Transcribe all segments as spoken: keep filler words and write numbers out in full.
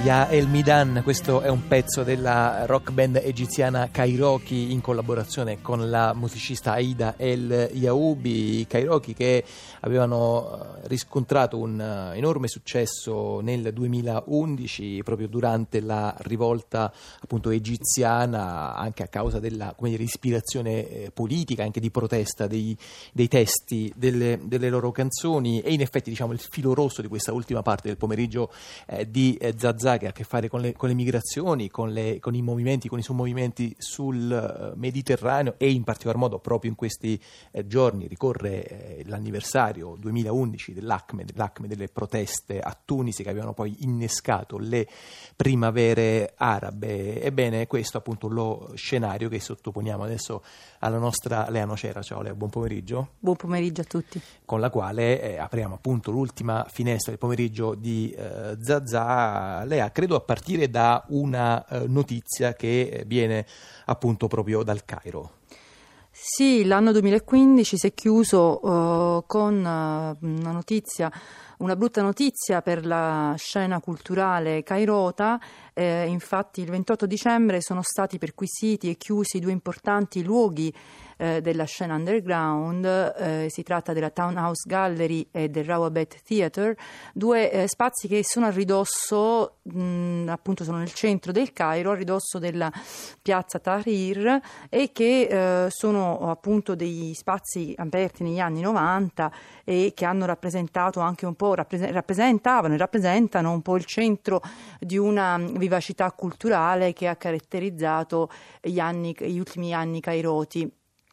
Ya El Midan, questo è un pezzo della rock band egiziana Kairoki in collaborazione con la musicista Aida El Yaoubi. Kairoki che avevano riscontrato un enorme successo nel duemilaundici proprio durante la rivolta appunto egiziana, anche a causa della, come dire, ispirazione politica, anche di protesta dei, dei testi delle, delle loro canzoni. E in effetti, diciamo, il filo rosso di questa ultima parte del pomeriggio eh, di eh, Zazà, che ha a che fare con le, con le migrazioni, con, le, con i movimenti, con i sommovimenti sul uh, Mediterraneo, e in particolar modo proprio in questi eh, giorni ricorre eh, l'anniversario duemilaundici dell'Acme, dell'Acme delle proteste a Tunisi, che avevano poi innescato le primavere arabe. Ebbene, questo appunto lo scenario che sottoponiamo adesso alla nostra Lea Nocera. Ciao Lea, buon pomeriggio. Buon pomeriggio a tutti. Con la quale eh, apriamo appunto l'ultima finestra del pomeriggio di eh, Zazà. Lea, credo a partire da una eh, notizia che viene appunto proprio dal Cairo. Sì, l'anno duemilaquindici si è chiuso uh, con uh, una notizia, una brutta notizia per la scena culturale cairota. Eh, infatti il ventotto dicembre sono stati perquisiti e chiusi due importanti luoghi eh, della scena underground. Eh, si tratta della Townhouse Gallery e del Rawabet Theatre, due eh, spazi che sono a ridosso, mh, appunto sono nel centro del Cairo, a ridosso della piazza Tahrir, e che eh, sono appunto degli spazi aperti negli anni novanta e che hanno rappresentato anche un po', rappres- rappresentavano e rappresentano un po' il centro di una vivacità culturale che ha caratterizzato gli anni, gli ultimi anni cairoti.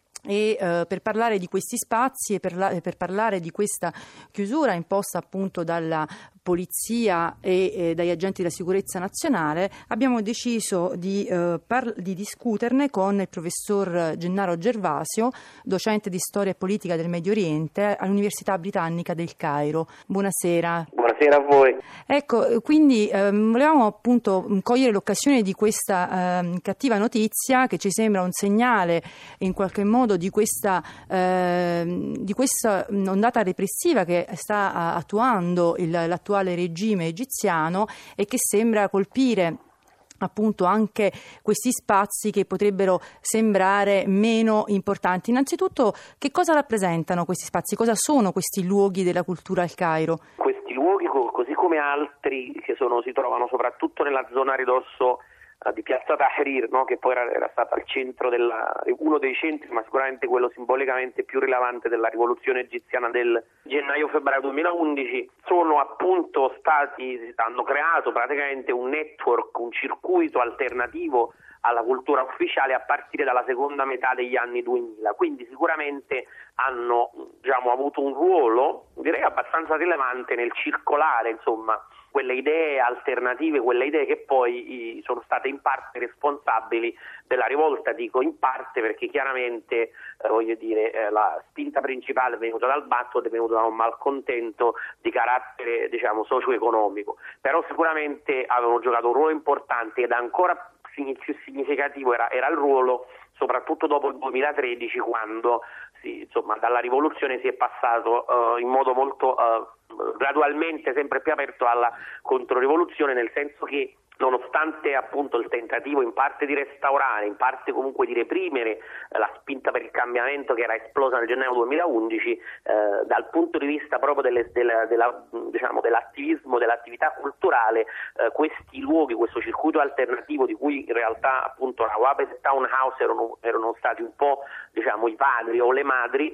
E eh, per parlare di questi spazi e per, la, per parlare di questa chiusura imposta appunto dalla polizia e eh, dagli agenti della sicurezza nazionale, abbiamo deciso di, eh, par- di discuterne con il professor Gennaro Gervasio, docente di storia e politica del Medio Oriente all'Università Britannica del Cairo. Buonasera. Buonasera a voi. Ecco, quindi eh, volevamo appunto cogliere l'occasione di questa eh, cattiva notizia, che ci sembra un segnale in qualche modo di questa, eh, di questa ondata repressiva che sta attuando il, l'attuale regime egiziano e che sembra colpire appunto anche questi spazi che potrebbero sembrare meno importanti. Innanzitutto, che cosa rappresentano questi spazi? Cosa sono questi luoghi della cultura al Cairo? Questi luoghi, così come altri che sono, si trovano soprattutto nella zona a ridosso uh, di piazza Tahrir, no? Che poi era, era stata al centro della, uno dei centri, ma sicuramente quello simbolicamente più rilevante della rivoluzione egiziana del gennaio-febbraio duemilaundici, sono appunto stati, hanno creato praticamente un network, un circuito alternativo alla cultura ufficiale a partire dalla seconda metà degli anni duemila, quindi sicuramente hanno, diciamo, avuto un ruolo, direi abbastanza rilevante nel circolare, insomma, quelle idee alternative, quelle idee che poi i, sono state in parte responsabili della rivolta. Dico in parte perché chiaramente eh, voglio dire eh, la spinta principale è venuta dal basso, è venuta da un malcontento di carattere, diciamo, socio-economico, però sicuramente avevano giocato un ruolo importante, ed ancora più significativo era, era il ruolo soprattutto dopo il duemilatredici, quando si, insomma, dalla rivoluzione si è passato uh, in modo molto uh, gradualmente sempre più aperto alla controrivoluzione, nel senso che nonostante appunto il tentativo in parte di restaurare, in parte comunque di reprimere eh, la spinta per il cambiamento che era esplosa nel gennaio duemilaundici, eh, dal punto di vista proprio delle, della, della, diciamo, dell'attivismo, dell'attività culturale, eh, questi luoghi, questo circuito alternativo di cui in realtà appunto la Rawabet Townhouse erano, erano stati un po', diciamo, i padri o le madri,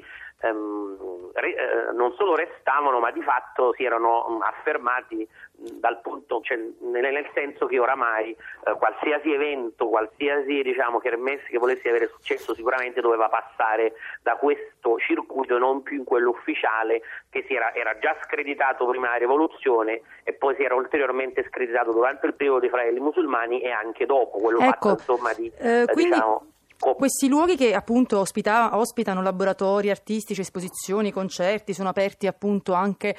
ehm, re, eh, non solo restavano, ma di fatto si erano mh, affermati mh, dal punto, cioè, nel, nel senso che oramai eh, qualsiasi evento, qualsiasi, diciamo, kermesse che volesse avere successo sicuramente doveva passare da questo circuito e non più in quello ufficiale, che si era, era già screditato prima della rivoluzione e poi si era ulteriormente screditato durante il periodo dei fratelli musulmani e anche dopo, quello ecco, fatto insomma di eh, quindi... diciamo Questi luoghi che appunto ospita, ospitano laboratori artistici, esposizioni, concerti, sono aperti appunto anche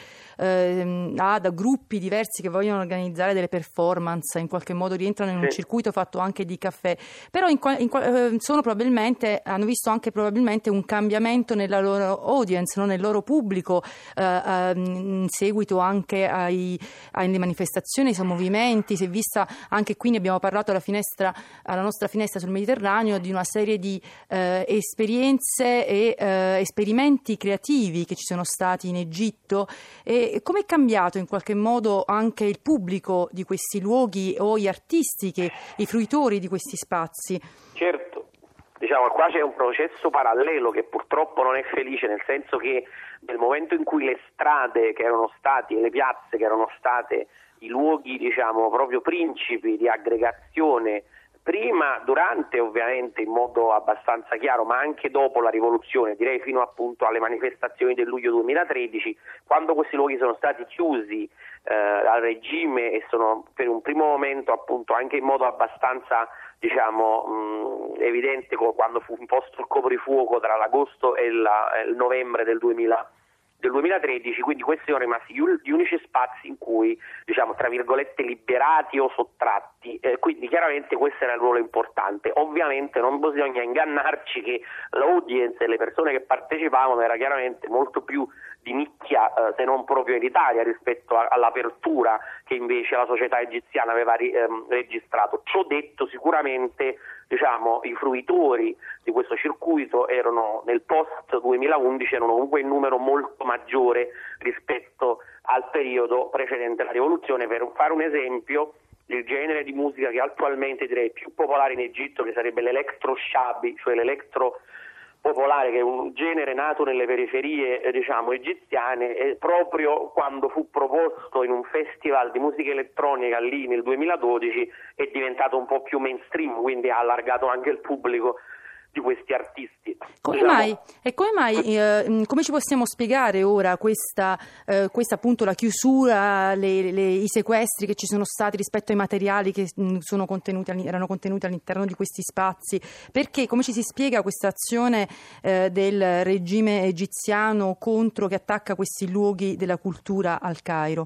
eh, ad gruppi diversi che vogliono organizzare delle performance, in qualche modo rientrano in un sì. circuito fatto anche di caffè, però in, in, sono probabilmente, hanno visto anche probabilmente un cambiamento nella loro audience, no? Nel loro pubblico, eh, eh, in seguito anche ai, alle manifestazioni, ai movimenti. Si è vista anche qui, ne abbiamo parlato alla finestra, alla nostra finestra sul Mediterraneo, di una serie di eh, esperienze e eh, esperimenti creativi che ci sono stati in Egitto. E come è cambiato in qualche modo anche il pubblico di questi luoghi o gli artisti, che, i fruitori di questi spazi? Certo, diciamo qua c'è un processo parallelo che purtroppo non è felice, nel senso che nel momento in cui le strade che erano state e le piazze che erano state i luoghi, diciamo, proprio principi di aggregazione, prima, durante, ovviamente in modo abbastanza chiaro, ma anche dopo la rivoluzione, direi fino appunto alle manifestazioni del luglio duemilatredici, quando questi luoghi sono stati chiusi eh, al regime e sono per un primo momento appunto anche in modo abbastanza, diciamo, mh, evidente, quando fu imposto il coprifuoco tra l'agosto e la, il novembre del duemila del duemilatredici, quindi questi sono rimasti gli unici spazi in cui, diciamo, tra virgolette, liberati o sottratti, eh, quindi chiaramente questo era il ruolo importante. Ovviamente non bisogna ingannarci che l'audience e le persone che partecipavano era chiaramente molto più di nicchia, eh, se non proprio elitaria, rispetto a, all'apertura che invece la società egiziana aveva ri, ehm, registrato. Ciò detto, sicuramente, diciamo, i fruitori di questo circuito erano nel post duemilaundici erano comunque in numero molto maggiore rispetto al periodo precedente alla rivoluzione. Per fare un esempio, il genere di musica che attualmente direi più popolare in Egitto, che sarebbe l'electro shabi, cioè l'electro popolare, che è un genere nato nelle periferie eh, diciamo egiziane, e proprio quando fu proposto in un festival di musica elettronica lì nel duemiladodici è diventato un po' più mainstream, quindi ha allargato anche il pubblico di questi artisti. Come diciamo, mai? E come mai? Eh, come ci possiamo spiegare ora questa, eh, questa appunto la chiusura, le, le, i sequestri che ci sono stati rispetto ai materiali che mh, sono contenuti, erano contenuti all'interno di questi spazi? Perché, come ci si spiega questa azione eh, del regime egiziano contro, che attacca questi luoghi della cultura al Cairo?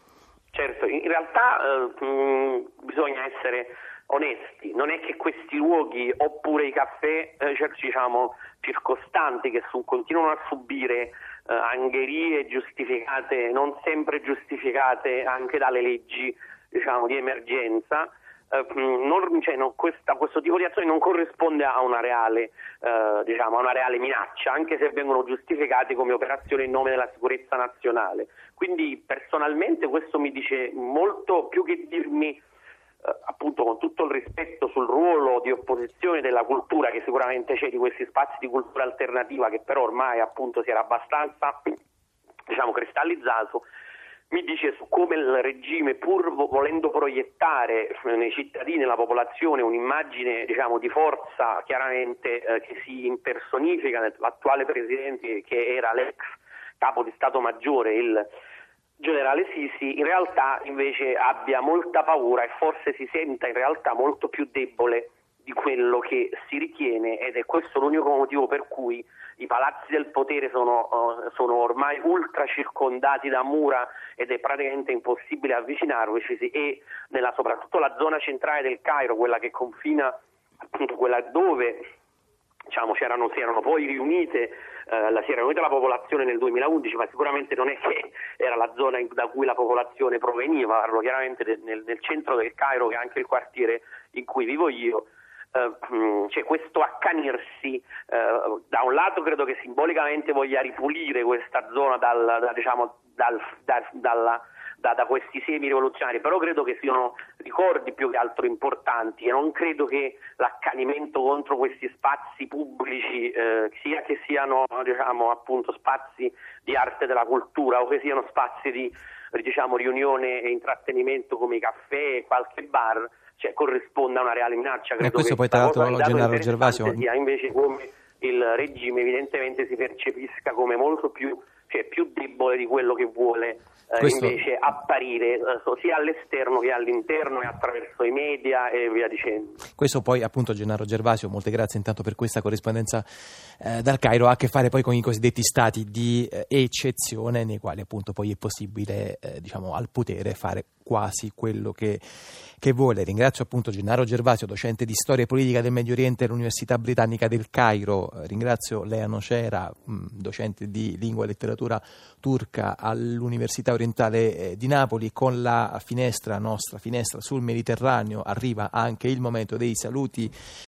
Certo, in realtà eh, mh, bisogna essere onesti, non è che questi luoghi oppure i caffè eh, diciamo circostanti che su, continuano a subire eh, angherie giustificate, non sempre giustificate anche dalle leggi, diciamo, di emergenza, eh, non, cioè, non, questa, questo tipo di azione non corrisponde a una reale eh, diciamo a una reale minaccia, anche se vengono giustificati come operazione in nome della sicurezza nazionale. Quindi personalmente questo mi dice molto più che dirmi, appunto, con tutto il rispetto, sul ruolo di opposizione della cultura che sicuramente c'è, di questi spazi di cultura alternativa, che però ormai appunto si era abbastanza, diciamo, cristallizzato, mi dice su come il regime, pur volendo proiettare nei cittadini, nella popolazione, un'immagine, diciamo, di forza chiaramente eh, che si impersonifica nell'attuale presidente, che era l'ex capo di Stato Maggiore, il generale Sisi, in realtà invece abbia molta paura e forse si senta in realtà molto più debole di quello che si ritiene, ed è questo l'unico motivo per cui i palazzi del potere sono, uh, sono ormai ultra circondati da mura ed è praticamente impossibile avvicinarvici, e nella, soprattutto la zona centrale del Cairo, quella che confina, appunto quella dove, diciamo, c'erano, si erano poi riunite eh, la, si era riunita la popolazione nel duemilaundici, ma sicuramente non è che era la zona in, da cui la popolazione proveniva, parlo chiaramente de, nel, nel centro del Cairo, che è anche il quartiere in cui vivo io. Uh, c'è questo accanirsi, uh, da un lato credo che simbolicamente voglia ripulire questa zona dal, da, diciamo, dal, da, dalla, da, da questi semi rivoluzionari, però credo che siano ricordi più che altro importanti, e non credo che l'accanimento contro questi spazi pubblici, eh, sia che siano, diciamo, appunto spazi di arte della cultura o che siano spazi di, diciamo, riunione e intrattenimento come i caffè e qualche bar, cioè corrisponda a una reale minaccia. Credo e questo che poi tra l'altro Gennaro Gervasio sia invece come il regime evidentemente si percepisca come molto più cioè più debole di quello che vuole eh, Questo... invece apparire eh, sia all'esterno che all'interno e attraverso i media e via dicendo. Questo poi appunto Gennaro Gervasio, molte grazie intanto per questa corrispondenza eh, dal Cairo, ha a che fare poi con i cosiddetti stati di eh, eccezione nei quali appunto poi è possibile eh, diciamo al potere fare quasi quello che, che vuole. Ringrazio appunto Gennaro Gervasio, docente di storia e politica del Medio Oriente all'Università Britannica del Cairo, ringrazio Lea Nocera, mh, docente di lingua e letteratura turca all'Università Orientale eh, di Napoli. Con la finestra, nostra finestra sul Mediterraneo, arriva anche il momento dei saluti